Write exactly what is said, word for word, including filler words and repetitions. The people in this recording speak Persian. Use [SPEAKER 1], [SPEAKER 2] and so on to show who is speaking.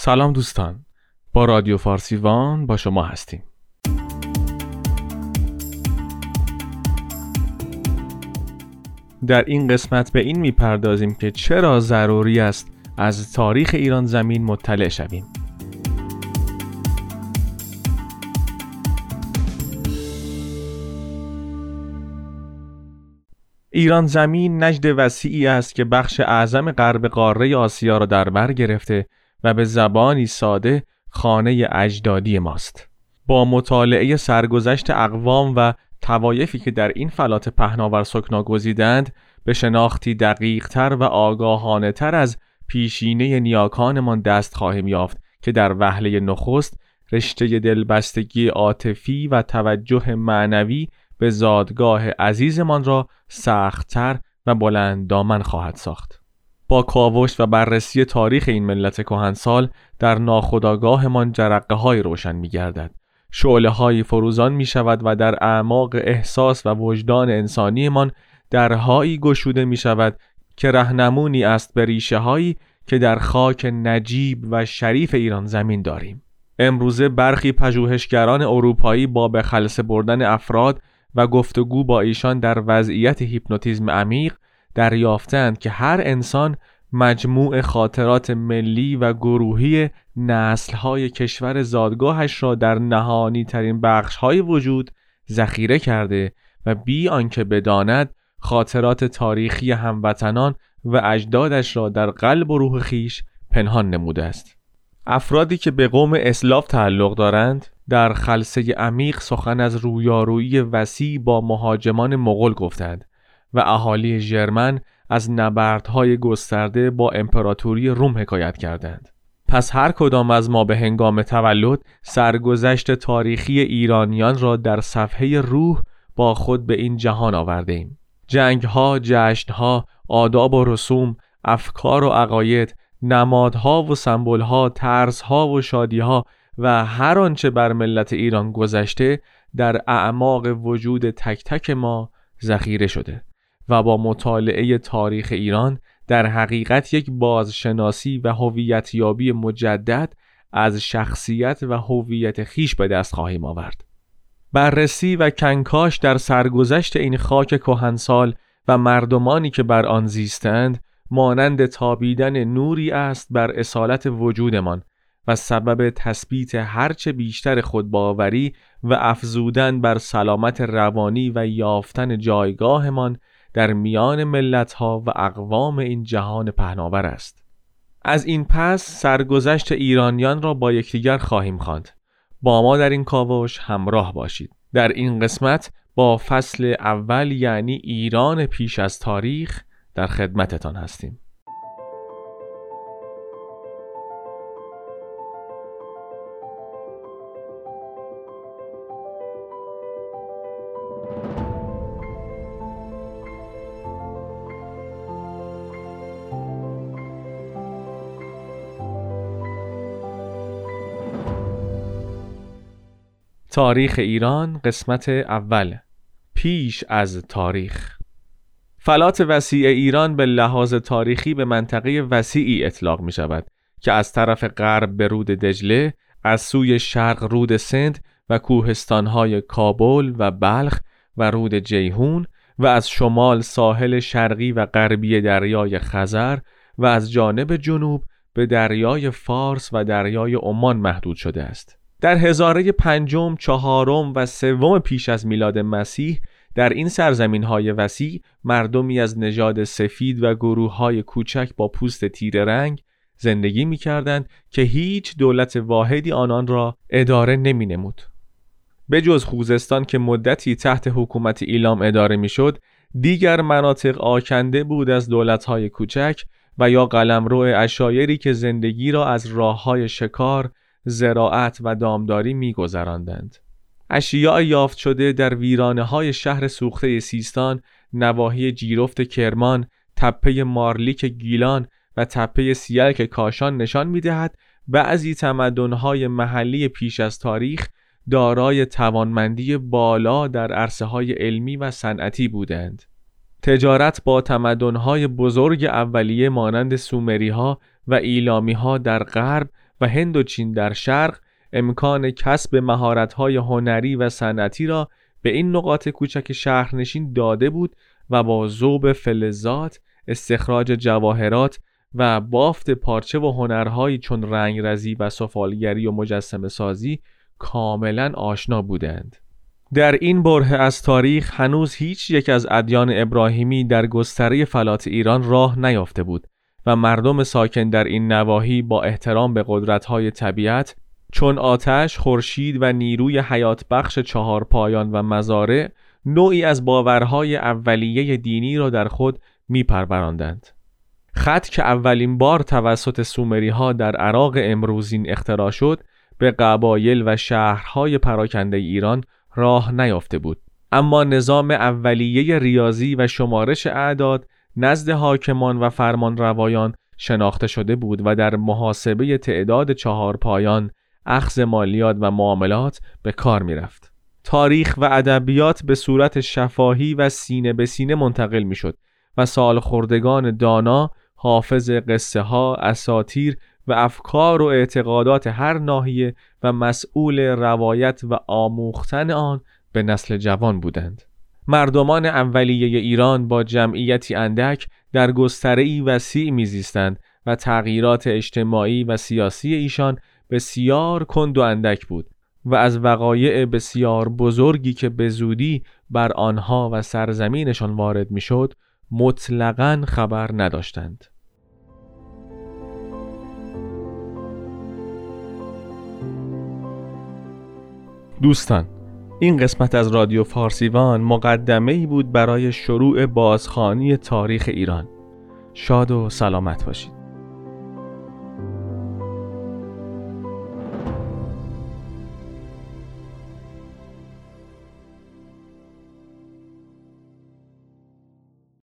[SPEAKER 1] سلام دوستان، با رادیو فارسی وان با شما هستیم. در این قسمت به این میپردازیم که چرا ضروری است از تاریخ ایران زمین مطلع شویم. ایران زمین نژد وسیعی است که بخش اعظم غرب قاره آسیا را در بر گرفته و به زبانی ساده خانه اجدادی ماست. با مطالعه سرگذشت اقوام و طوایفی که در این فلات پهناور سکنا گزیدند، به شناختی دقیق تر و آگاهانه تر از پیشینه نیاکانمان دست خواهیم یافت که در وهله نخست رشته دلبستگی عاطفی و توجه معنوی به زادگاه عزیزمان را سخت‌تر و بلند دامن خواهد ساخت. با کاوش و بررسی تاریخ این ملت کهنسال در ناخودآگاهمان جرقه‌های روشن می‌گردد. شعله‌های فروزان می‌شود و در اعماق احساس و وجدان انسانیمان درهایی گشوده می‌شود که رهنمونی است به ریشه‌هایی که در خاک نجیب و شریف ایران زمین داریم. امروزه برخی پژوهشگران اروپایی با به خلسه بردن افراد و گفتگو با ایشان در وضعیت هیپنوتیزم عمیق دریافتند که هر انسان مجموع خاطرات ملی و گروهی نسل‌های کشور زادگاهش را در نهانی ترین بخش‌های وجود ذخیره کرده و بی آنکه بداند خاطرات تاریخی هموطنان و اجدادش را در قلب و روح خیش پنهان نموده است. افرادی که به قوم اسلاف تعلق دارند در خلسه عمیق سخن از رویارویی وسیع با مهاجمان مغول گفتند و اهالی ژرمن از نبردهای گسترده با امپراتوری روم حکایت کردند. پس هر کدام از ما به هنگام تولد سرگذشت تاریخی ایرانیان را در صفحه روح با خود به این جهان آورده ایم. جنگ‌ها، جشن‌ها، آداب و رسوم، افکار و عقاید، نمادها و سمبول‌ها، طرزها و شادی‌ها و هر آنچه بر ملت ایران گذشته در اعماق وجود تک تک ما ذخیره شده و با مطالعه تاریخ ایران در حقیقت یک بازشناسی و هویت یابی مجدد از شخصیت و هویت خیش به دست خواهیم آورد. بررسی و کنکاش در سرگذشت این خاک کهنسال و مردمانی که بر آن زیستند مانند تابیدن نوری است بر اصالت وجودمان و سبب تثبیت هرچه بیشتر خودباوری و افزودن بر سلامت روانی و یافتن جایگاهمان در میان ملت‌ها و اقوام این جهان پهناور است. از این پس سرگذشت ایرانیان را با یکدیگر خواهیم خواند. با ما در این کاوش همراه باشید. در این قسمت با فصل اول یعنی ایران پیش از تاریخ در خدمتتان هستیم. تاریخ ایران قسمت اول، پیش از تاریخ. فلات وسیع ایران به لحاظ تاریخی به منطقه وسیعی اطلاق می شود که از طرف غرب به رود دجله، از سوی شرق رود سند و کوهستانهای کابل و بلخ و رود جیهون و از شمال ساحل شرقی و غربی دریای خزر و از جانب جنوب به دریای فارس و دریای عمان محدود شده است. در هزاره پنجم، چهارم و سوم پیش از میلاد مسیح در این سرزمین‌های وسیع مردمی از نژاد سفید و گروه‌های کوچک با پوست تیره رنگ زندگی می‌کردند که هیچ دولت واحدی آنان را اداره نمی‌نمود. به جز خوزستان که مدتی تحت حکومت ایلام اداره می‌شد، دیگر مناطق آکنده بود از دولت‌های کوچک و یا قلمرو عشایری که زندگی را از راه‌های شکار، زراعت و دامداری می‌گذراندند. اشیاء یافت شده در ویرانه‌های شهر سوخته سیستان، نواحی جیرفت کرمان، تپه مارلیک گیلان و تپه سیلک کاشان نشان می‌دهد بعضی تمدن‌های محلی پیش از تاریخ دارای توانمندی بالا در عرصه‌های علمی و صنعتی بودند. تجارت با تمدن‌های بزرگ اولیه مانند سومری‌ها و ایلامی‌ها در غرب و هند و چین در شرق امکان کسب مهارت‌های هنری و صنعتی را به این نقاط کوچک شهرنشین داده بود و با ذوب فلزات، استخراج جواهرات و بافت پارچه و هنرهایی چون رنگرزی و سفالگری و مجسمه سازی کاملا آشنا بودند. در این برهه از تاریخ هنوز هیچ یک از ادیان ابراهیمی در گستره فلات ایران راه نیافته بود و مردم ساکن در این نواحی با احترام به قدرت‌های طبیعت چون آتش، خورشید و نیروی حیات بخش چهار پایان و مزارع نوعی از باورهای اولیه دینی را در خود می‌پروراندند. خط که اولین بار توسط سومری‌ها در عراق امروزین اختراع شد به قبایل و شهرهای پراکنده ایران راه نیافته بود، اما نظام اولیه ریاضی و شمارش اعداد نزد حاکمان و فرمانروایان شناخته شده بود و در محاسبه تعداد چهار پایان، اخذ مالیات و معاملات به کار می رفت. تاریخ و ادبیات به صورت شفاهی و سینه به سینه منتقل می شد و سالخوردگان دانا حافظ قصه ها، اساطیر و افکار و اعتقادات هر ناحیه و مسئول روایت و آموختن آن به نسل جوان بودند. مردمان اولیه ایران با جمعیتی اندک در گستره‌ای وسیع میزیستند و تغییرات اجتماعی و سیاسی ایشان بسیار کند و اندک بود و از وقایع بسیار بزرگی که به زودی بر آنها و سرزمینشان وارد میشد مطلقاً خبر نداشتند. دوستان، این قسمت از رادیو فارسیوان مقدمه‌ای بود برای شروع بازخوانی تاریخ ایران. شاد و سلامت باشید.